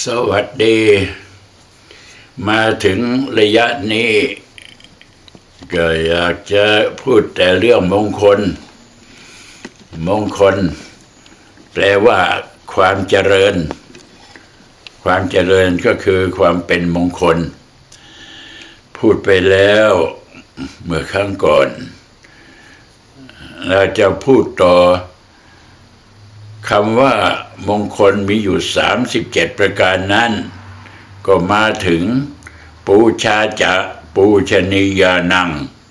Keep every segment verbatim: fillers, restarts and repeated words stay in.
สวัสดีมาถึงระยะนี้ก็อยากจะพูดแต่เรื่องมงคลมงคลแปลว่าความเจริญความเจริญก็คือความเป็นมงคลพูดไปแล้วเมื่อครั้งก่อนเราจะพูดต่อคำว่ามงคลมีอยู่สามสิบเจ็ดประการนั้นก็มาถึงปูชาจะปูชนียานัง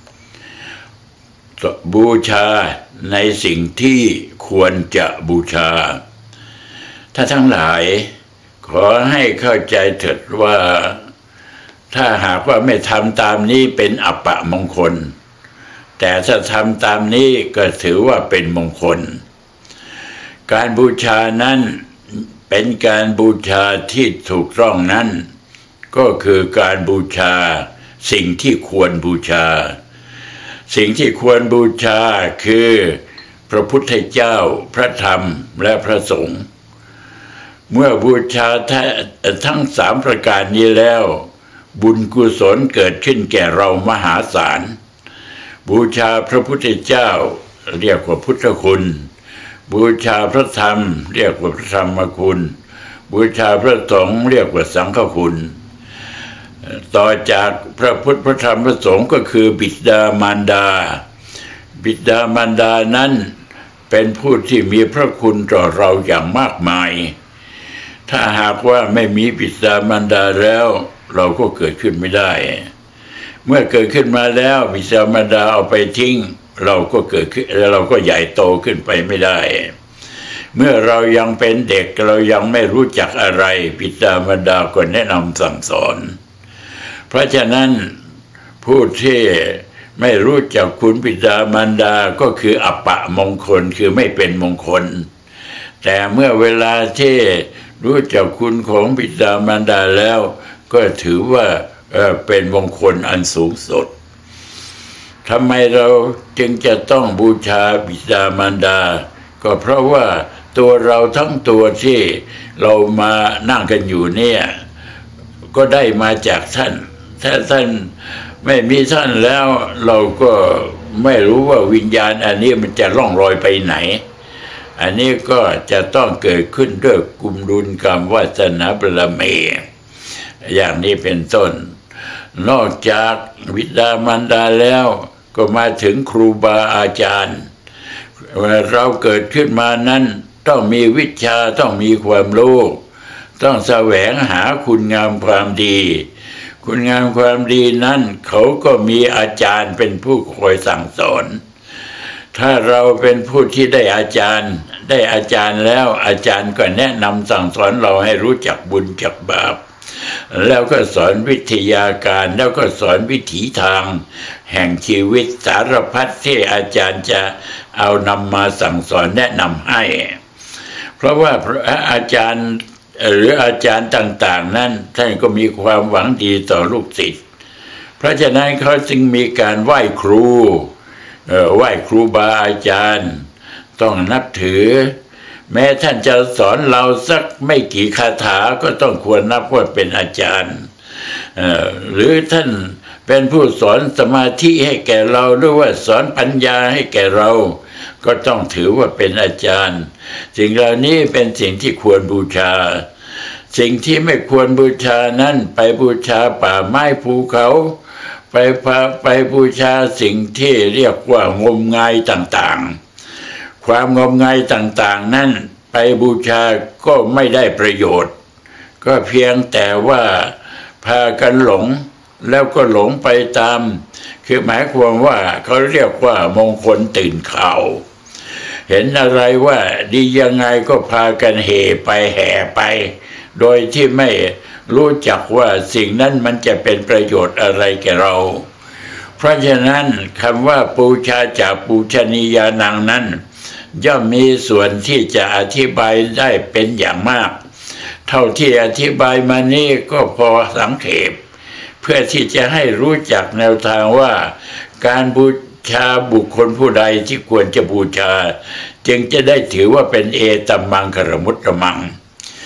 บูชาในสิ่งที่ควรจะบูชาถ้าทั้งหลายขอให้เข้าใจเถิดว่าถ้าหากว่าไม่ทำตามนี้เป็นอัปมงคลแต่ถ้าทำตามนี้ก็ถือว่าเป็นมงคลการบูชานั้นเป็นการบูชาที่ถูกต้องนั้นก็คือการบูชาสิ่งที่ควรบูชาสิ่งที่ควรบูชาคือพระพุทธเจ้าพระธรรมและพระสงฆ์เมื่อบูชาทั้งสามประการนี้แล้วบุญกุศลเกิดขึ้นแก่เรามหาศาลบูชาพระพุทธเจ้าเรียกว่าพุทธคุณบูชาพระธรรมเรียกว่าพระธรรมคุณบูชาพระสงฆ์เรียกว่าสังฆคุณต่อจากพระพุทธพระธรรมพระสงฆ์ก็คือบิดามารดาบิดามารดานั้นเป็นผู้ที่มีพระคุณต่อเราอย่างมากมายถ้าหากว่าไม่มีบิดามารดาแล้วเราก็เกิดขึ้นไม่ได้เมื่อเกิดขึ้นมาแล้วบิดามารดาเอาไปทิ้งเราก็เกิดขึ้นเราก็ใหญ่โตขึ้นไปไม่ได้เมื่อเรายังเป็นเด็กเรายังไม่รู้จักอะไรบิดามารดาก็แนะนำสั่งสอนเพราะฉะนั้นผู้ที่ไม่รู้จักคุณบิดามารดาก็คืออัปมงคลคือไม่เป็นมงคลแต่เมื่อเวลาที่รู้จักคุณของบิดามารดาแล้วก็ถือว่าเอ่อเป็นมงคลอันสูงสุดทำไมเราจึงจะต้องบูชาบิดามารดาก็เพราะว่าตัวเราทั้งตัวที่เรามานั่งกันอยู่เนี่ยก็ได้มาจากท่านถ้าท่านไม่มีท่านแล้วเราก็ไม่รู้ว่าวิญญาณอันนี้มันจะล่องลอยไปไหนอันนี้ก็จะต้องเกิดขึ้นด้วยกุมรุณกรรมวาสนาบารมีอย่างนี้เป็นต้นนอกจากบิดามารดาแล้วก็มาถึงครูบาอาจารย์เราเกิดขึ้นมานั้นต้องมีวิชาต้องมีความรู้ต้องแสวงหาคุณงามความดีคุณงามความดีนั้นเขาก็มีอาจารย์เป็นผู้คอยสั่งสอนถ้าเราเป็นผู้ที่ได้อาจารย์ได้อาจารย์แล้วอาจารย์ก็แนะนำสั่งสอนเราให้รู้จักบุญจักบาปแล้วก็สอนวิทยาการแล้วก็สอนวิถีทางแห่งชีวิตสารพัดที่อาจารย์จะเอานำมาสั่งสอนแนะนำให้เพราะว่าอาจารย์หรืออาจารย์ต่างๆนั้นท่านก็มีความหวังดีต่อลูกศิษย์เพราะฉะนั้นเขาจึงมีการไหว้ครูไหว้ครูบาอาจารย์ต้องนับถือแม้ท่านจะสอนเราสักไม่กี่คาถาก็ต้องควรนับว่าเป็นอาจารย์หรือท่านเป็นผู้สอนสมาธิให้แก่เราหรือว่าสอนปัญญาให้แก่เราก็ต้องถือว่าเป็นอาจารย์สิ่งเหล่านี้เป็นสิ่งที่ควรบูชาสิ่งที่ไม่ควรบูชานั้นไปบูชาป่าไม้ภูเขาไปไปบูชาสิ่งที่เรียกว่างมงายต่างๆความงมงายต่างๆนั้นไปบูชาก็ไม่ได้ประโยชน์ก็เพียงแต่ว่าพากันหลงแล้วก็หลงไปตามคือหมายความว่าเขาเรียกว่ามงคลตื่นข่าวเห็นอะไรว่าดียังไงก็พากันเห่ไปแห่ไปโดยที่ไม่รู้จักว่าสิ่งนั้นมันจะเป็นประโยชน์อะไรแก่เราเพราะฉะนั้นคำว่าปูชาจากปูชนียานังนั้นย่อมมีส่วนที่จะอธิบายได้เป็นอย่างมากเท่าที่อธิบายมานี้ก็พอสังเขปเพื่อที่จะให้รู้จักแนวทางว่าการบูชาบุคคลผู้ใดที่ควรจะบูชาจึงจะได้ถือว่าเป็นเอตัมมังคารมุตตมัง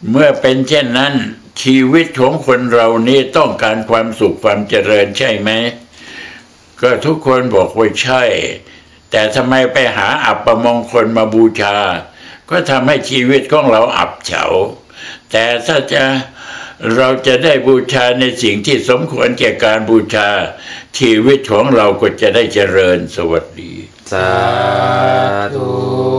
เมื่อเป็นเช่นนั้นชีวิตของคนเรานี้ต้องการความสุขความเจริญใช่ไหมก็ทุกคนบอกว่าใช่แต่ทำไมไปหาอัปมงคลมาบูชาก็ทำให้ชีวิตของเราอับเฉาแต่ถ้าจะเราจะได้บูชาในสิ่งที่สมควรแก่การบูชาชีวิตของเราก็จะได้เจริญสวัสดีสาธุ